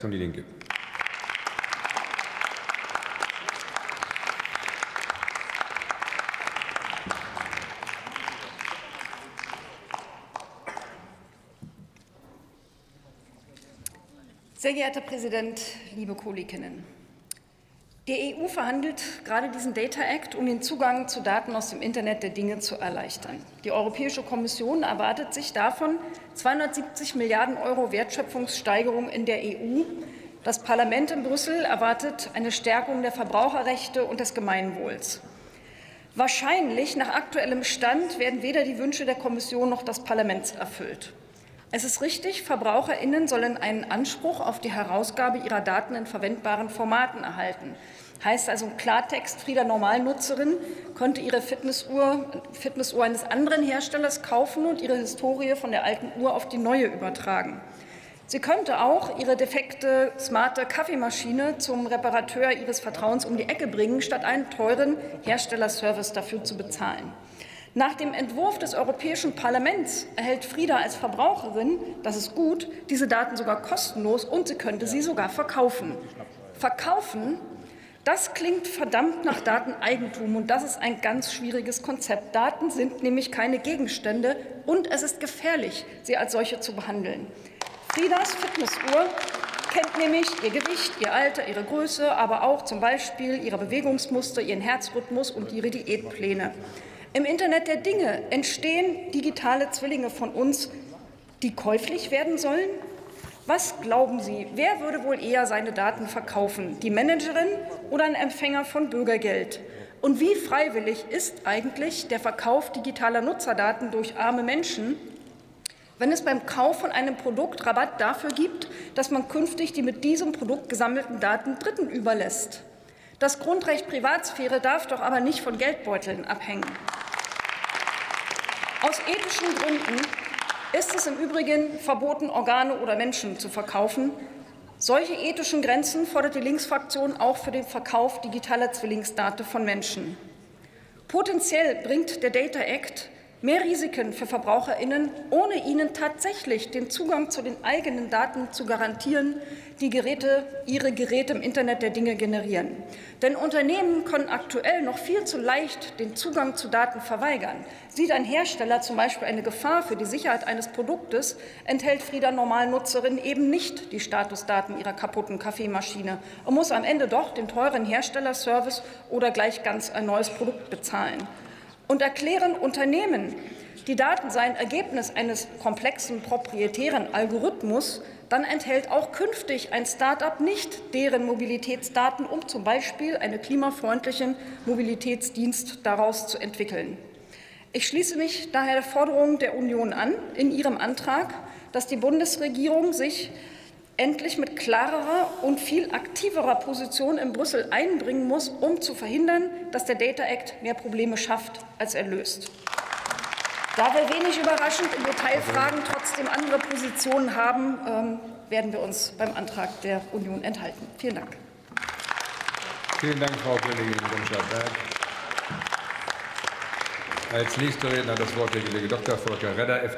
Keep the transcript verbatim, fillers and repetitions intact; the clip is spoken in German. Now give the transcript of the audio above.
Die Linke. Sehr geehrter Herr Präsident, liebe Kolleginnen! Die E U verhandelt gerade diesen Data Act, um den Zugang zu Daten aus dem Internet der Dinge zu erleichtern. Die Europäische Kommission erwartet sich davon zweihundertsiebzig Milliarden Euro Wertschöpfungssteigerung in der E U. Das Parlament in Brüssel erwartet eine Stärkung der Verbraucherrechte und des Gemeinwohls. Wahrscheinlich nach aktuellem Stand werden weder die Wünsche der Kommission noch des Parlaments erfüllt. Es ist richtig, VerbraucherInnen sollen einen Anspruch auf die Herausgabe ihrer Daten in verwendbaren Formaten erhalten. Heißt also im Klartext, Frieda Normalnutzerin konnte ihre Fitnessuhr, Fitnessuhr eines anderen Herstellers kaufen und ihre Historie von der alten Uhr auf die neue übertragen. Sie könnte auch ihre defekte, smarte Kaffeemaschine zum Reparateur ihres Vertrauens um die Ecke bringen, statt einen teuren Herstellerservice dafür zu bezahlen. Nach dem Entwurf des Europäischen Parlaments erhält Frieda als Verbraucherin, das ist gut, diese Daten sogar kostenlos und sie könnte sie sogar verkaufen. Verkaufen, das klingt verdammt nach Dateneigentum und das ist ein ganz schwieriges Konzept. Daten sind nämlich keine Gegenstände und es ist gefährlich, sie als solche zu behandeln. Friedas Fitnessuhr kennt nämlich ihr Gewicht, ihr Alter, ihre Größe, aber auch zum Beispiel ihre Bewegungsmuster, ihren Herzrhythmus und ihre Diätpläne. Im Internet der Dinge entstehen digitale Zwillinge von uns, die käuflich werden sollen? Was glauben Sie, wer würde wohl eher seine Daten verkaufen, die Managerin oder ein Empfänger von Bürgergeld? Und wie freiwillig ist eigentlich der Verkauf digitaler Nutzerdaten durch arme Menschen, wenn es beim Kauf von einem Produkt Rabatt dafür gibt, dass man künftig die mit diesem Produkt gesammelten Daten Dritten überlässt? Das Grundrecht Privatsphäre darf doch aber nicht von Geldbeuteln abhängen. Aus ethischen Gründen ist es im Übrigen verboten, Organe oder Menschen zu verkaufen. Solche ethischen Grenzen fordert die Linksfraktion auch für den Verkauf digitaler Zwillingsdaten von Menschen. Potenziell bringt der Data Act mehr Risiken für VerbraucherInnen, ohne ihnen tatsächlich den Zugang zu den eigenen Daten zu garantieren, die Geräte, ihre Geräte im Internet der Dinge generieren. Denn Unternehmen können aktuell noch viel zu leicht den Zugang zu Daten verweigern. Sieht ein Hersteller zum Beispiel eine Gefahr für die Sicherheit eines Produktes, enthält Frieda Normalnutzerin eben nicht die Statusdaten ihrer kaputten Kaffeemaschine und muss am Ende doch den teuren Herstellerservice oder gleich ganz ein neues Produkt bezahlen. Und erklären Unternehmen, die Daten seien Ergebnis eines komplexen proprietären Algorithmus, dann enthält auch künftig ein Start-up nicht deren Mobilitätsdaten, um zum Beispiel einen klimafreundlichen Mobilitätsdienst daraus zu entwickeln. Ich schließe mich daher der Forderung der Union an, in ihrem Antrag, dass die Bundesregierung sich endlich mit klarerer und viel aktiverer Position in Brüssel einbringen muss, um zu verhindern, dass der Data Act mehr Probleme schafft, als er löst. Da wir wenig überraschend in Detailfragen trotzdem andere Positionen haben, ähm, werden wir uns beim Antrag der Union enthalten. Vielen Dank. Vielen Dank, Frau Kollegin Gümscher-Berg. Als nächster Redner das Wort der Kollege Doktor Volker Redder, F D P.